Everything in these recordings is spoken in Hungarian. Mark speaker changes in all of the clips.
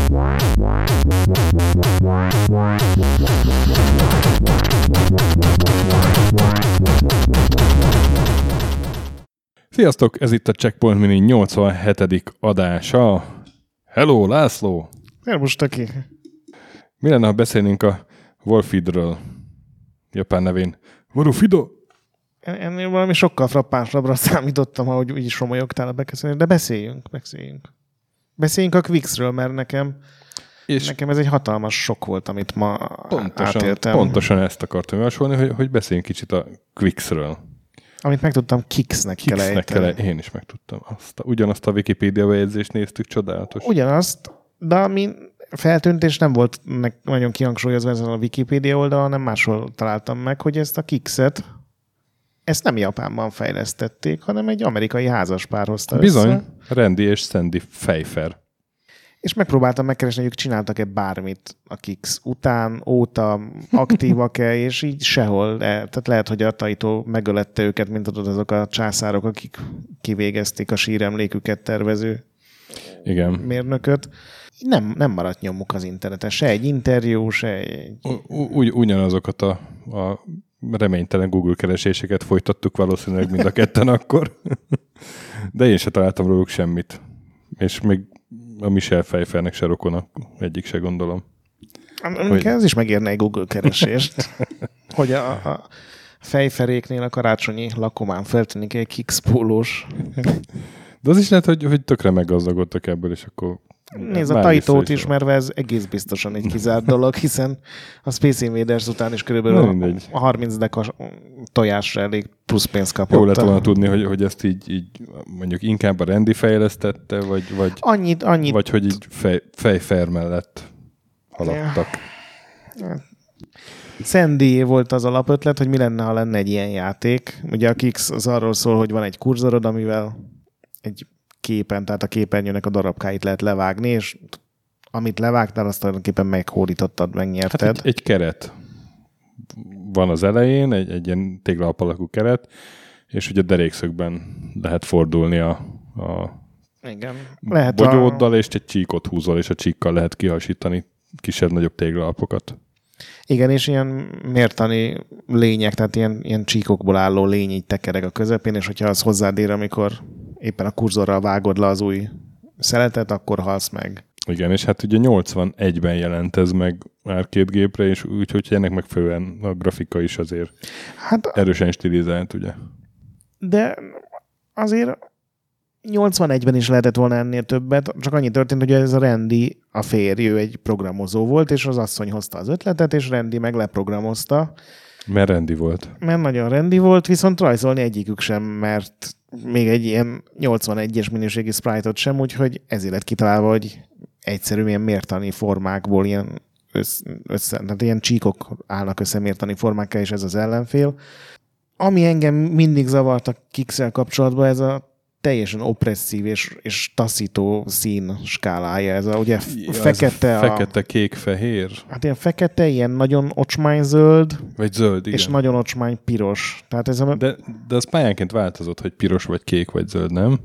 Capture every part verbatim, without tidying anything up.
Speaker 1: Sziasztok, ez itt a Checkpoint Mini nyolcvanhetedik adása. Hello, László!
Speaker 2: Szervusz, Taki!
Speaker 1: Mi lenne, ha beszélnénk a Wolfeedről? Japán nevén. Wolfido!
Speaker 2: Ennél valami sokkal frappánsabbra számítottam, ahogy úgy is romolyogtál a beköszönés, de beszéljünk, beszéljünk. Beszéljünk a Quixről, mert nekem, és nekem ez egy hatalmas sok volt, amit ma
Speaker 1: pontosan,
Speaker 2: átéltem.
Speaker 1: Pontosan ezt akartam javasolni, hogy, hogy beszéljünk kicsit a Quixről.
Speaker 2: Amit megtudtam, Kixnek kell ejteni.
Speaker 1: Én is megtudtam. Azt, ugyanazt a Wikipédia bejegyzést néztük, csodálatos.
Speaker 2: Ugyanazt, de ami feltűnt, és nem volt nagyon kihangsúlyozva ezen a Wikipédia oldalon, hanem máshol találtam meg, hogy ezt a Kixet, ezt nem Japánban fejlesztették, hanem egy amerikai házaspár hozta
Speaker 1: Bizony,
Speaker 2: össze.
Speaker 1: Randy és Sandy Pfeiffer.
Speaker 2: És megpróbáltam megkeresni, hogy ők csináltak-e bármit a Kix után, óta, aktívak-e, és így sehol. Tehát lehet, hogy a Taito megölette őket, mint tudod, azok a császárok, akik kivégezték a síremléküket tervező
Speaker 1: Igen.
Speaker 2: mérnököt. Nem, nem maradt nyomuk az interneten. Se egy interjú, se egy...
Speaker 1: Ugy, ugyanazokat a, a reménytelen Google kereséseket folytattuk valószínűleg mind a ketten akkor. De én se találtam róluk semmit. És még a Michelle Pfeiffernek se rokona, egyik se gondolom.
Speaker 2: Hogy... Ez is megérne egy Google keresést. Hogy a, a Pfeifferéknél a karácsonyi lakomán feltűnik egy Kix pólós.
Speaker 1: De az is lehet, hogy, hogy tökre meggazdagodtak ebből, és akkor...
Speaker 2: Nézd, a Taitót ismerve ez egész biztosan egy kizárt dolog, hiszen a Space Invaders után is körülbelül a harminc dekas tojásra elég plusz pénzt kapott.
Speaker 1: Jó lett volna tudni, hogy, hogy ezt így, így mondjuk inkább a Randy fejlesztette, vagy, vagy,
Speaker 2: annyit, annyit...
Speaker 1: vagy hogy így fej, fejfer mellett haladtak.
Speaker 2: Ja. Sandy volt az alapötlet, hogy mi lenne, ha lenne egy ilyen játék. Ugye a Kix az arról szól, hogy van egy kurzorod, amivel egy képen, tehát a képernyőnek a darabkáit lehet levágni, és amit levágtál, azt tulajdonképpen meghódítottad, megnyerted.
Speaker 1: Hát egy, egy keret van az elején, egy, egy ilyen téglalap alakú keret, és ugye derékszögben lehet fordulni a, a
Speaker 2: Igen. Lehet
Speaker 1: bogyóddal, a... és egy csíkot húzol, és a csíkkal lehet kihasítani kisebb-nagyobb téglalapokat.
Speaker 2: Igen, és ilyen mértani lények, tehát ilyen, ilyen csíkokból álló lény így tekereg a közepén, és hogyha az hozzád ér, amikor éppen a kurzorral vágod le az új szeletet, akkor halsz meg.
Speaker 1: Igen, és hát ugye nyolcvanegyben jelent ez meg arcade gépre, és úgyhogy ennek megfelelően a grafika is azért hát, erősen stilizált, ugye?
Speaker 2: De azért nyolcvanegyben is lehetett volna ennél többet, csak annyi történt, hogy ez a Randy, a férj, ő egy programozó volt, és az asszony hozta az ötletet, és Randy meg leprogramozta.
Speaker 1: Mert Randy volt.
Speaker 2: Mert nagyon Randy volt, viszont rajzolni egyikük sem, mert még egy ilyen nyolcvanegyes minőségi sprite-ot sem, úgyhogy ezért lett kitalálva, hogy egyszerű ilyen mértani formákból ilyen össze, össze, tehát ilyen csíkok állnak össze mértani formákkal, és ez az ellenfél. Ami engem mindig zavart a Kix-el kapcsolatban, ez a teljesen opresszív és, és taszító szín skálája. Ez a ugye
Speaker 1: ja,
Speaker 2: fekete.
Speaker 1: Ez a fekete, kék, fehér.
Speaker 2: Hát ilyen fekete, ilyen nagyon ocsmány zöld.
Speaker 1: Vagy zöld, igen.
Speaker 2: És nagyon ocsmány piros. Tehát ez a...
Speaker 1: de, de az pályánként változott, hogy piros, vagy kék, vagy zöld, nem?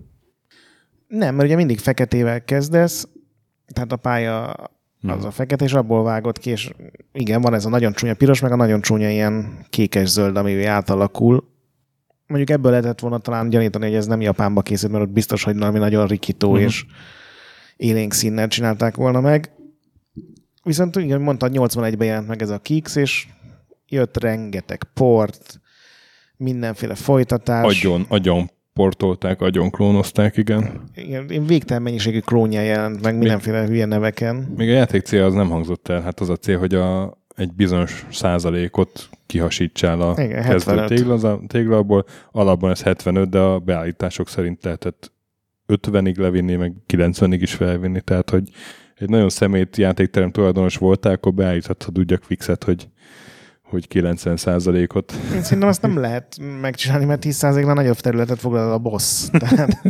Speaker 2: Nem, mert ugye mindig feketével kezdesz, tehát a pálya az hmm. a fekete, és abból vágod ki, és igen, van ez a nagyon csúnya piros, meg a nagyon csúnya ilyen kékes-zöld, ami átalakul. Mondjuk ebből lehetett volna talán gyanítani, hogy ez nem Japánba készült, mert ott biztos, hogy valami nagyon rikító uh-huh. és élénk színnel csinálták volna meg. Viszont ugye mondtad, nyolcvanegyben jelent meg ez a Kix, és jött rengeteg port, mindenféle folytatás.
Speaker 1: Agyon, agyon portolták, agyon klónozták, igen.
Speaker 2: Igen, végtelen mennyiségű klónja jelent meg mindenféle még, hülye neveken.
Speaker 1: Még a játék cél az nem hangzott el. Hát az a cél, hogy a egy bizonyos százalékot kihasítsál a kezdő tégla, téglalból. Alapban ez hetvenöt, de a beállítások szerint lehetett ötvenig levinni, meg kilencvenig is felvinni. Tehát, hogy egy nagyon szemét játékterem tulajdonos voltál, akkor beállíthatod úgy a Quixet, hogy, hogy kilencven százalékot.
Speaker 2: Én szerintem azt nem lehet megcsinálni, mert tíz százaléknál nagyobb területet foglal a boss. Tehát...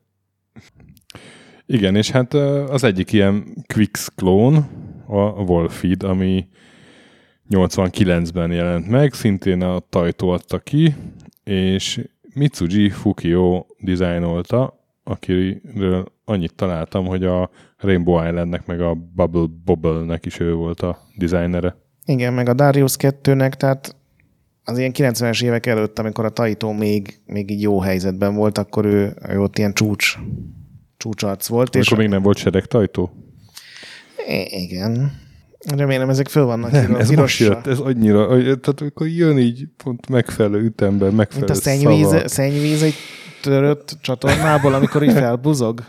Speaker 1: Igen, és hát az egyik ilyen Quix klón, a Wolfeed, ami nyolcvankilencben jelent meg, szintén a Taito adta ki, és Mitsuji Fukio dizájnolta, akiről annyit találtam, hogy a Rainbow Islandnek meg a Bubble Bobble-nek is ő volt a designere.
Speaker 2: Igen, meg a Darius kettőnek, tehát az ilyen kilencvenes évek előtt, amikor a Taito még, még így jó helyzetben volt, akkor ő, ő ott ilyen csúcs, csúcsarc volt.
Speaker 1: Akkor és még nem volt Sedek Taito?
Speaker 2: Igen. Remélem, ezek föl vannak.
Speaker 1: Nem, ez most jött, ez annyira, tehát amikor jön így pont megfelelő ütemben, megfelelő
Speaker 2: mint a szennyvíz, szennyvíz egy törött csatornából, amikor így felbuzog.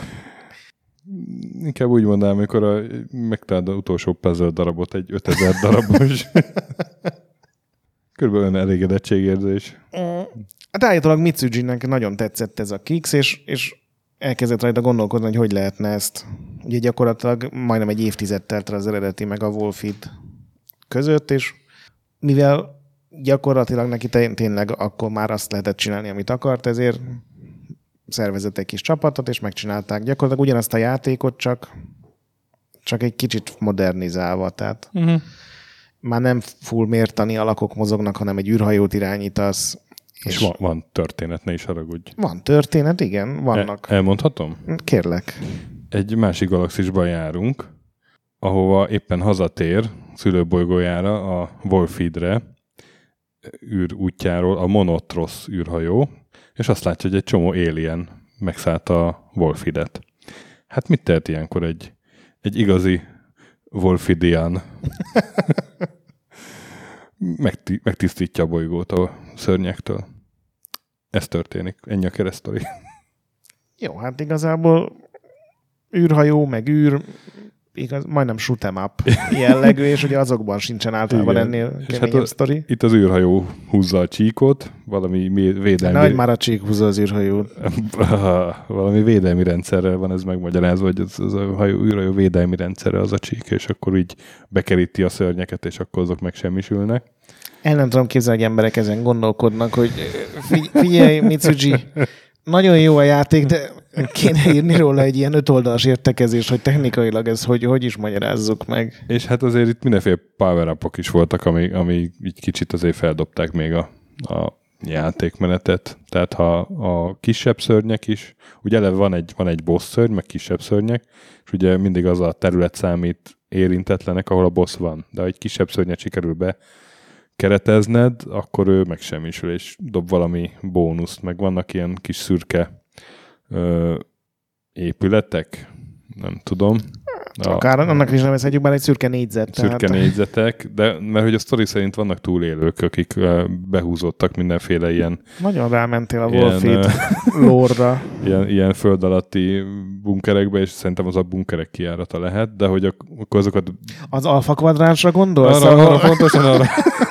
Speaker 1: Inkább úgy mondanám, amikor a, megtaláld az utolsó puzzle darabot, egy ötezer darabos. Körülbelül olyan elégedettségérzés.
Speaker 2: Hát állítólag Mitsuji-nek nagyon tetszett ez a Kix, és, és elkezdett rajta gondolkodni, hogy hogy lehetne ezt. Ugye gyakorlatilag majdnem egy évtized telt az eredeti meg a Wolfid között, és mivel gyakorlatilag neki tényleg akkor már azt lehetett csinálni, amit akart, ezért szervezett egy kis csapatot, és megcsinálták gyakorlatilag ugyanazt a játékot, csak, csak egy kicsit modernizálva, tehát uh-huh. már nem full mértani alakok mozognak, hanem egy űrhajót irányítasz.
Speaker 1: És, és van, van történet, ne is haragudj.
Speaker 2: Van történet, igen, vannak.
Speaker 1: El, elmondhatom?
Speaker 2: Kérlek.
Speaker 1: Egy másik galaxisban járunk, ahova éppen hazatér szülőbolygójára, a Wolfidre űr útjáról a Monotros űrhajó, és azt látja, hogy egy csomó alien megszállt a Wolfidet. Hát mit tehet ilyenkor egy, egy igazi Wolfidian? Megti- megtisztítja a bolygót a szörnyektől. Ez történik. Ennyi a keresztori.
Speaker 2: Jó, hát igazából űrhajó, meg űr, igaz, majdnem shoot'em up jellegű, és ugye azokban sincsen általában igen. ennél keményebb hát sztori.
Speaker 1: Itt az űrhajó húzza a csíkot, valami védelmi...
Speaker 2: Nagy már a csík húzza az űrhajót.
Speaker 1: valami védelmi rendszerrel van ez megmagyarázva, hogy az, az a hajó, űrhajó védelmi rendszerre az a csík, és akkor így bekeríti a szörnyeket, és akkor azok megsemmisülnek.
Speaker 2: El nem tudom képzelni, hogy emberek ezen gondolkodnak, hogy figy- figyelj, Mitsuji, nagyon jó a játék, de kéne írni róla egy ilyen ötoldalas értekezés, hogy technikailag ez hogy, hogy is magyarázzuk meg.
Speaker 1: És hát azért itt mindenféle power-upok is voltak, ami, ami így kicsit azért feldobták még a, a játékmenetet. Tehát ha a kisebb szörnyek is, ugye eleve van egy, van egy boss szörny, meg kisebb szörnyek, és ugye mindig az a terület számít érintetlenek, ahol a boss van. De ha egy kisebb szörnyet sikerül be keretezned, akkor ő megsemmisül, és dob valami bónuszt, meg vannak ilyen kis szürke ö, épületek, nem tudom.
Speaker 2: Akár a, annak is nevezhetjük már egy szürke négyzet.
Speaker 1: Szürke tehát... négyzetek, de mert hogy a sztori szerint vannak túlélők, akik behúzódtak mindenféle ilyen...
Speaker 2: Nagyon rámentél a Wolfid lore-ra.
Speaker 1: Ilyen, ilyen föld alatti bunkerekbe, és szerintem az a bunkerek kijárata lehet, de hogy akkor azokat...
Speaker 2: Az alfa kvadránsra gondolsz?
Speaker 1: Arra, arra pontosan arra.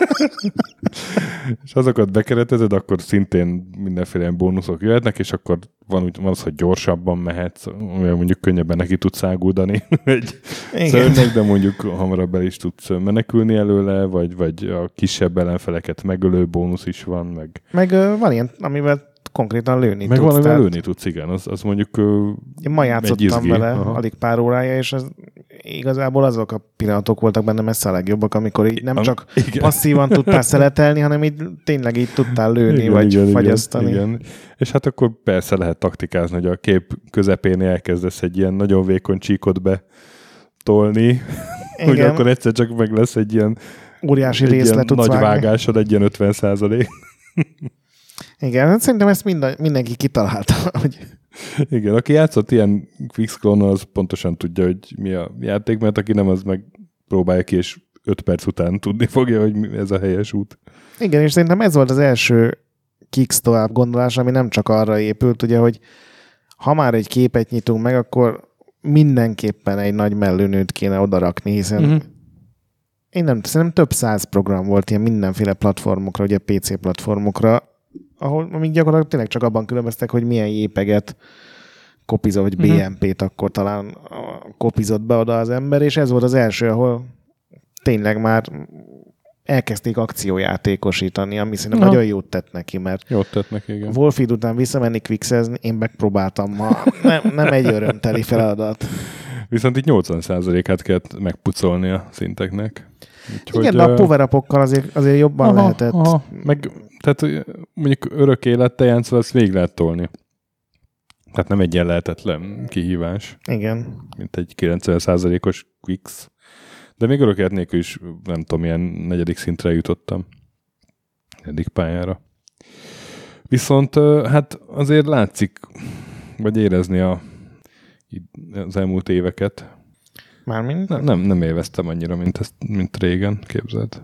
Speaker 1: És azokat bekeretezed, akkor szintén mindenféle ilyen bónuszok jöhetnek, és akkor van, úgy, van az, hogy gyorsabban mehetsz, mondjuk könnyebben neki tudsz águldani egy szörnynek, de mondjuk hamarabb el is tudsz menekülni előle, vagy, vagy a kisebb ellenfeleket megölő bónusz is van. Meg,
Speaker 2: meg uh, van ilyen, amivel konkrétan lőni
Speaker 1: meg
Speaker 2: tudsz.
Speaker 1: Meg van, amivel lőni tudsz, igen. Az, az mondjuk uh,
Speaker 2: én ma játszottam vele aha. alig pár órája, és az, igazából azok a pillanatok voltak benne messze a legjobbak, amikor így nem csak igen. passzívan tudtál szeletelni, hanem így tényleg így tudtál lőni, igen, vagy igen, fagyasztani. Igen, igen.
Speaker 1: És hát akkor persze lehet taktikázni, hogy a kép közepén elkezdesz egy ilyen nagyon vékony csíkot betolni, hogy akkor egyszer csak meg lesz egy ilyen
Speaker 2: óriási részlet tudsz
Speaker 1: nagy
Speaker 2: vágni.
Speaker 1: Vágásod, egy ilyen ötven százalék.
Speaker 2: Igen, hát szerintem ezt minden, mindenki kitalálta. Hogy...
Speaker 1: Igen, aki játszott ilyen Quick-Scroll-nal, az pontosan tudja, hogy mi a játék, mert aki nem, az meg próbálja ki, és öt perc után tudni fogja, hogy ez a helyes út.
Speaker 2: Igen, és szerintem ez volt az első Kicks tovább gondolás, ami nem csak arra épült, ugye, hogy ha már egy képet nyitunk meg, akkor mindenképpen egy nagy mellőnőt kéne odarakni, hiszen uh-huh. én nem szerintem több száz program volt ilyen mindenféle platformokra, ugye pé cé platformokra, ahol amíg gyakorlatilag tényleg csak abban különböztek, hogy milyen jépeget kopizott, vagy bé em pét uh-huh. akkor talán kopizott be oda az ember, és ez volt az első, ahol tényleg már elkezdték akciójátékosítani, ami szerintem no. nagyon jót tett neki, mert
Speaker 1: jót tett neki, igen.
Speaker 2: Wolfid után visszamenni quickszezni, én megpróbáltam ma. Nem, nem egy örömteli feladat.
Speaker 1: Viszont itt nyolcvan százalékát kellett megpucolni a szinteknek.
Speaker 2: Úgyhogy, igen, de a power-upokkal azért, azért jobban aha, lehetett.
Speaker 1: Aha. Meg, tehát mondjuk örök élettel játszva, ezt végig lehet tolni. Tehát nem egy ilyen lehetetlen kihívás.
Speaker 2: Igen.
Speaker 1: Mint egy kilencven százalékos Quicks. De még örökért nélkül is, nem tudom, ilyen negyedik szintre jutottam. Eddig pályára. Viszont hát azért látszik, vagy érezni a, az elmúlt éveket.
Speaker 2: Mármint?
Speaker 1: Nem, nem, nem élveztem annyira, mint, ezt, mint régen, képzeld.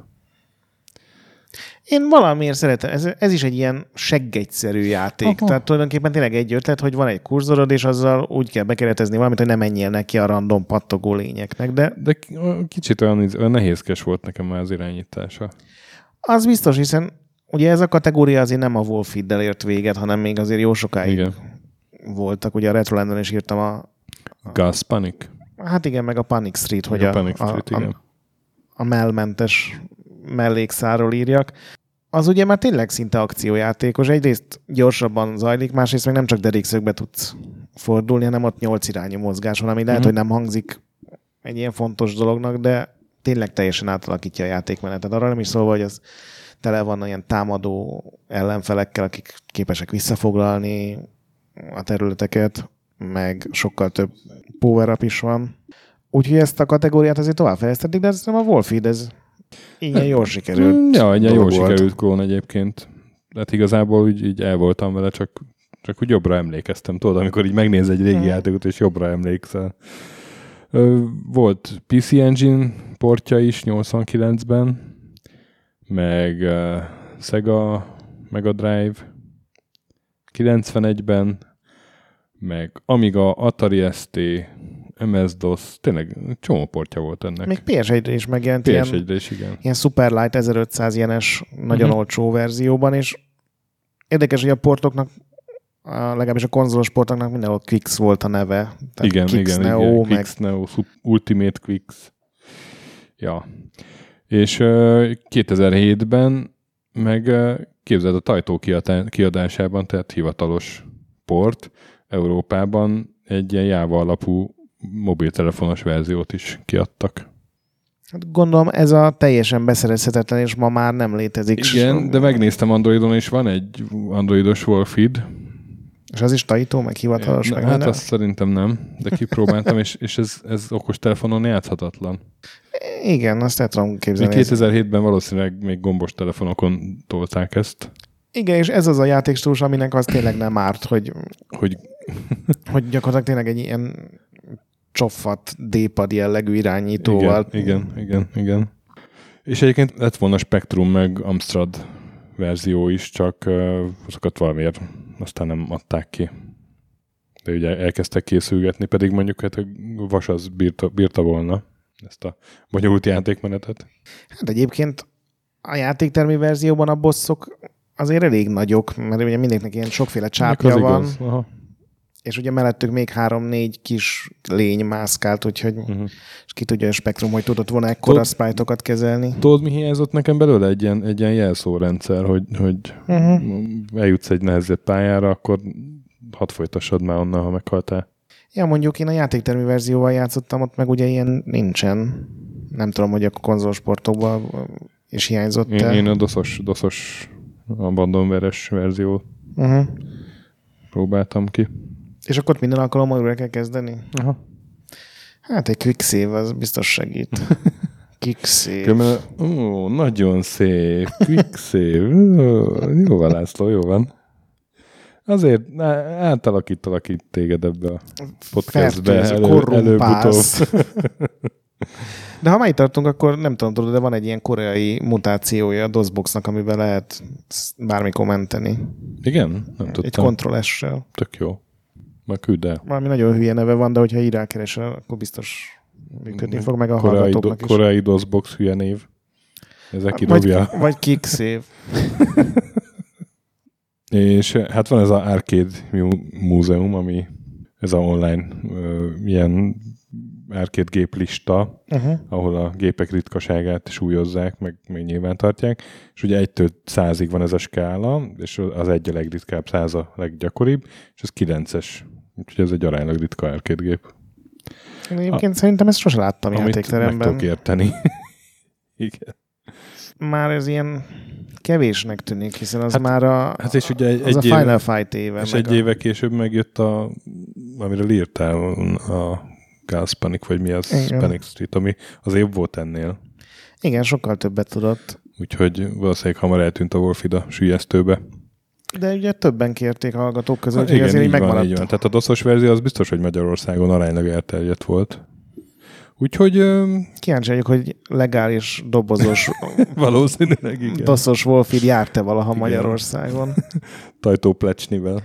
Speaker 2: Én valamiért szeretem. Ez, ez is egy ilyen seggegyszerű játék. Aha. Tehát tulajdonképpen tényleg egy ötlet, hogy van egy kurzorod, és azzal úgy kell bekeretezni valamit, hogy ne menjél neki a random pattogó lényeknek. De,
Speaker 1: de kicsit olyan, olyan nehézkes volt nekem már az irányítása.
Speaker 2: Az biztos, hiszen ugye ez a kategória azért nem a Wolfeed-del ért véget, hanem még azért jó sokáig igen. voltak. Ugye a Retrolanden is írtam a... a
Speaker 1: Gas Panic?
Speaker 2: Hát igen, meg a Panic Street, hogy
Speaker 1: a,
Speaker 2: a,
Speaker 1: Panic Street,
Speaker 2: a, a, a mellmentes mellékszáról írjak. Az ugye már tényleg szinte akciójátékos. Egyrészt gyorsabban zajlik, másrészt meg nem csak derékszögbe tudsz fordulni, hanem ott nyolc irányú mozgás van, ami lehet, uh-huh. hogy nem hangzik egy ilyen fontos dolognak, de tényleg teljesen átalakítja a játékmenetet. Arra nem is szólva, hogy az tele van ilyen támadó ellenfelekkel, akik képesek visszafoglalni a területeket, meg sokkal több power-up is van. Úgyhogy ezt a kategóriát azért továbbfejlesztették, de ez nem a Wolfeed, ez ilyen jól sikerült.
Speaker 1: Ja, ilyen jól sikerült klón egyébként. Hát igazából úgy, így el voltam vele, csak, csak úgy jobbra emlékeztem. Tudod, amikor így megnéz egy régi hmm. játékot, és jobbra emlékszel. Volt pé cé Engine portja is nyolcvankilencben, meg uh, Sega Mega Drive kilencvenegyben, meg Amiga, Atari es té, em es DOS, tényleg csomó portja volt ennek.
Speaker 2: Még pé es egyre is megjelent
Speaker 1: pé es egyre is, igen.
Speaker 2: Ilyen Superlight ezerötszáz jenes, nagyon uh-huh. olcsó verzióban, és érdekes, hogy a portoknak, a, legalábbis a konzolos portoknak mindenhol Quicks volt a neve. Tehát
Speaker 1: igen,
Speaker 2: Quicks
Speaker 1: igen,
Speaker 2: Neo,
Speaker 1: igen.
Speaker 2: Meg...
Speaker 1: Quicks Neo, Ultimate Quicks. Ja. És uh, kétezer-hétben meg uh, képzeld a Taito kiadásában, tehát hivatalos port Európában egy ilyen Java alapú mobiltelefonos verziót is kiadtak.
Speaker 2: Hát gondolom ez a teljesen beszerezhetetlen, és ma már nem létezik.
Speaker 1: Igen, de megnéztem Androidon, és van egy androidos Wolfeed.
Speaker 2: És az is Taito, meg hivatalos?
Speaker 1: Na,
Speaker 2: meg
Speaker 1: hát
Speaker 2: nem?
Speaker 1: azt szerintem nem, de kipróbáltam, és, és ez, ez okos telefonon játszhatatlan.
Speaker 2: Igen, azt el tudom képzelni.
Speaker 1: kétezer-hétben valószínűleg még gombos telefonokon tolták ezt.
Speaker 2: Igen, és ez az a játékstílus, aminek az tényleg nem árt, hogy,
Speaker 1: hogy...
Speaker 2: hogy gyakorlatilag tényleg egy ilyen csofat D-pad jellegű irányítóval.
Speaker 1: Igen, igen, igen, igen. És egyébként lett volna Spectrum meg Amstrad verzió is, csak azokat valamiért aztán nem adták ki. De ugye elkezdtek készülgetni, pedig mondjuk hát a Vas az bírta, bírta volna ezt a bonyolult játékmenetet.
Speaker 2: Hát egyébként a játéktermi verzióban a bosszok azért elég nagyok, mert ugye mindenkinek ilyen sokféle csápja van.
Speaker 1: Aha.
Speaker 2: És ugye mellettük még három-négy kis lény mászkált, úgyhogy uh-huh. és ki tudja a Spektrum, hogy tudott volna ekkora sprite-okat kezelni.
Speaker 1: Tudod, mi hiányzott nekem belőle? Egy ilyen, egy ilyen jelszórendszer, hogy, hogy uh-huh. eljutsz egy nehezebb pályára, akkor hadd folytassad már onnan, ha meghaltál.
Speaker 2: Ja, mondjuk én a játéktermi verzióval játszottam, ott meg ugye ilyen nincsen. Nem tudom, hogy a konzolsportokban is hiányzott.
Speaker 1: Én, én a doszos, doszos abandonveres verziót uh-huh. próbáltam ki.
Speaker 2: És akkor minden alkalommal újra kell kezdeni?
Speaker 1: Aha.
Speaker 2: Hát egy quick save az biztos segít. Quick save.
Speaker 1: Kömmel, ó, nagyon szép. Quick save. Ó, jó van, László, jó van. Azért átalakítalak itt téged ebbe a podcastbe elő, előbb-utóbb. De ha már itt tartunk, akkor nem tudom, tudod, de van egy ilyen koreai mutációja a DOSBoxnak, amiben lehet bármikor menteni. Igen? Nem tudtam.
Speaker 2: Egy Ctrl-S-sel.
Speaker 1: Tök jó. Már küld el.
Speaker 2: Valami nagyon hülye neve van, de hogyha így rákeresel, akkor biztos működni fog, meg a
Speaker 1: koreai
Speaker 2: hallgatóknak
Speaker 1: do,
Speaker 2: is.
Speaker 1: Koreai DOSBox hülye név. Ezek kidobja.
Speaker 2: Vagy, vagy Kicksave.
Speaker 1: És hát van ez az Arcade Múzeum, ami ez a online uh, ilyen arcade géplista, uh-huh. ahol a gépek ritkaságát súlyozzák, meg még nyilván tartják, és ugye egytől százig van ez a skála, és az egy a legritkább, száz a leggyakoribb, és ez kilences. Úgyhogy ez egy aránylag ritka arcade gép.
Speaker 2: Egyébként a, szerintem ezt sosem láttam
Speaker 1: amit
Speaker 2: játékteremben.
Speaker 1: Amit meg tudok érteni. Igen.
Speaker 2: már ez ilyen kevésnek tűnik, hiszen az hát, már a,
Speaker 1: hát és ugye egy,
Speaker 2: az
Speaker 1: egy
Speaker 2: a Final éve, Fight éve.
Speaker 1: És egy a... éve később megjött a, amiről írtál, a Gas Panic, vagy mi az, igen. Panic Street, ami az jobb volt ennél.
Speaker 2: Igen, sokkal többet tudott.
Speaker 1: Úgyhogy valószínűleg hamar eltűnt a Wolfid a sülyeztőbe.
Speaker 2: De ugye többen kérték a hallgatók között,
Speaker 1: hát
Speaker 2: hogy
Speaker 1: igen,
Speaker 2: azért így
Speaker 1: megmaradt.
Speaker 2: Van, így
Speaker 1: van. Tehát a doszos verzió az biztos, hogy Magyarországon aránylag elterjedt volt. Úgyhogy...
Speaker 2: Kíváncsi vagyok, hogy legális dobozos
Speaker 1: valószínűleg igen.
Speaker 2: doszos Wolfid járt-e valaha igen. Magyarországon.
Speaker 1: Tajtóplecsnivel.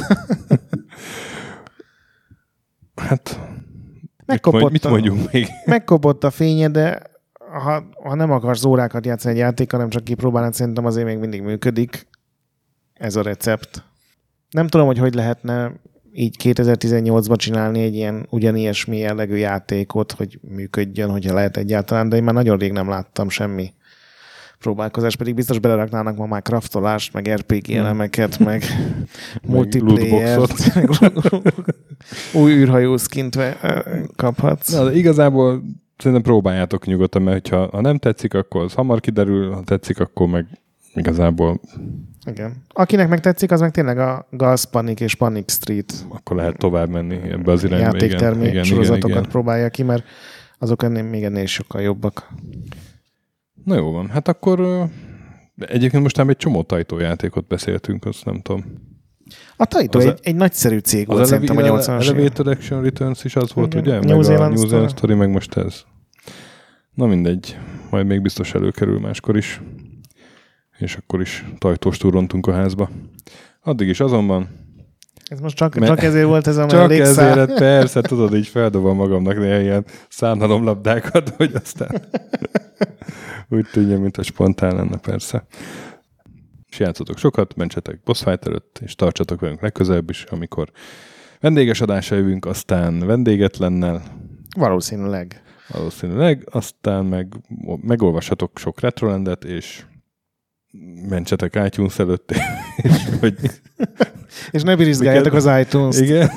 Speaker 1: Hát...
Speaker 2: Megkopott
Speaker 1: mit, mondj, mit mondjunk még?
Speaker 2: Megkopott a fénye, de ha, ha nem akarsz órákat játszani egy játékkal, nem csak kipróbálni, szerintem azért még mindig működik ez a recept. Nem tudom, hogy hogy lehetne így kétezer-tizennyolcban csinálni egy ilyen ugyanilyesmi jellegű játékot, hogy működjön, hogyha lehet egyáltalán, de én már nagyon rég nem láttam semmi próbálkozás, pedig biztos beleraknának ma már craftolást, meg er pé gé hmm. elemeket, meg multiplayer-t, új űrhajó skint kaphatsz.
Speaker 1: Na, de igazából szerintem próbáljátok nyugodtan, mert ha, ha nem tetszik, akkor az hamar kiderül, ha tetszik, akkor meg igazából...
Speaker 2: Igen. Akinek meg tetszik, az meg tényleg a Gas Panic és Panic Street.
Speaker 1: Akkor lehet tovább menni ebbe az irányba.
Speaker 2: Játéktermék sorozatokat igen, igen. próbálja ki, mert azok ennél még ennél sokkal jobbak.
Speaker 1: Na jó van, hát akkor egyébként most egy csomó Taito játékot beszéltünk, azt nem tudom.
Speaker 2: A Taito egy, egy nagyszerű cég volt szerintem a nyolcvanas évek.
Speaker 1: Elevator Action Returns is az volt, igen. Ugye?
Speaker 2: New Zealand,
Speaker 1: New Zealand Story, meg most ez. Na mindegy, majd még biztos előkerül máskor is. És akkor is tajtós túrontunk a házba. Addig is azonban...
Speaker 2: Ez most csak, csak ezért volt ez a
Speaker 1: csak mellékszál. Csak ezért, persze, tudod, így feldobom magamnak néha ilyen szánalomlabdákat, hogy aztán úgy tűnjön, mint a spontán lenne, persze. És játszotok sokat, mentsetek boss fight előtt, és tartsatok velünk legközelebb is, amikor vendéges adásra jövünk, aztán vendégetlennel.
Speaker 2: Valószínűleg.
Speaker 1: Valószínűleg, aztán meg megolvashatok sok Retrolandet, és mentsetek iTunes előtt, és hogy...
Speaker 2: és ne birizgáljátok az iTunes-t.
Speaker 1: Igen.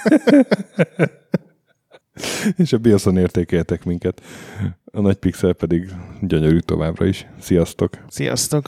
Speaker 1: és a BIOS-on értékeljetek minket. A nagy pixel pedig gyönyörű továbbra is. Sziasztok!
Speaker 2: Sziasztok!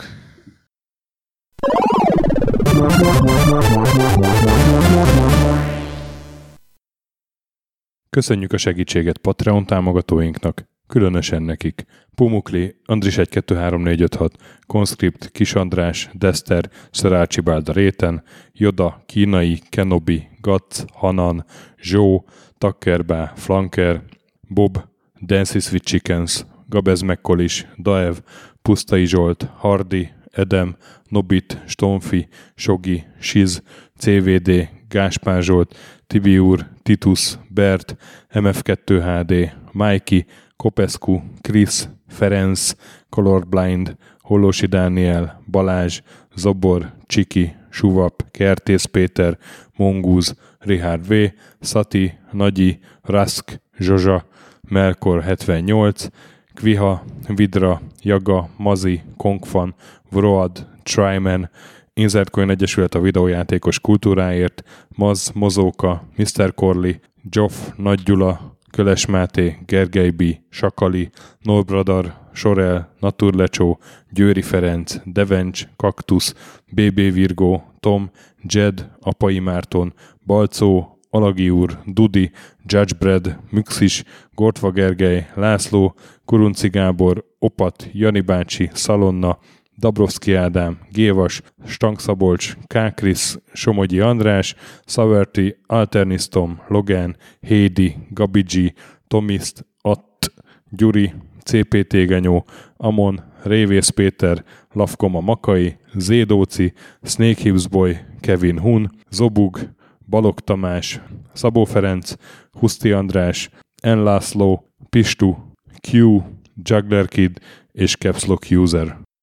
Speaker 1: Köszönjük a segítséget Patreon támogatóinknak, különösen nekik. Pumukli, Andris egy kettő három négy öt hat, Conscript, Kis András, Dester, Szerácsi Bálda Réten, Joda, Kínai, Kenobi, Gatz, Hanan, Zsó, Takkerbá, Flanker, Bob, Dances with Chickens, Gabez Mekkolis, Daev, Pusztai Zsolt, Hardi, Edem, Nobit, Stonfi, Sogi, Siz, cé vé dé, Gáspár Zsolt, Tibiur, Titus, Bert, em ef kettő há dé, Mikey, Kopescu, Krisz, Ferenc, Colorblind, Hollósi Dániel, Balázs, Zobor, Csiki, Suvap, Kertész Péter, Mongúz, Richard V, Szati, Nagyi, Rask, Zsozsa, Melkor hetvennyolc, Kviha, Vidra, Jaga, Mazi, Kongfan, Vroad, Tryman, Inzertcoin Egyesület a videójátékos kultúráért, Maz, Mozóka, miszter Corley, Joff, Nagy Gyula, Köles Máté, Gergely B., Sakali, Norbradar, Sorel, Naturlecsó, Győri Ferenc, Devencs, Kaktusz, bé bé Virgó, Tom, Jed, Apai Márton, Balcó, Alagi úr, Dudi, Judgebred, Müxis, Gortva Gergely, László, Kurunci Gábor, Opat, Jani bácsi, Szalonna, Dabrowski Ádám, Gévas, Stangszabolcs, Kákris, Somogyi András, Szaverti, Alternisztom, Logan, Hédi, Gabigi, Tomiszt, Att, Gyuri, cé pé té Genyó, Amon, Révész Péter, Lavkoma Makai, Zédóci, Snake Hips Boy, Kevin Hun, Zobug, Balog Tamás, Szabó Ferenc, Huszti András, N. László, Pistu, Q, Juggler Kid és Caps Lock User.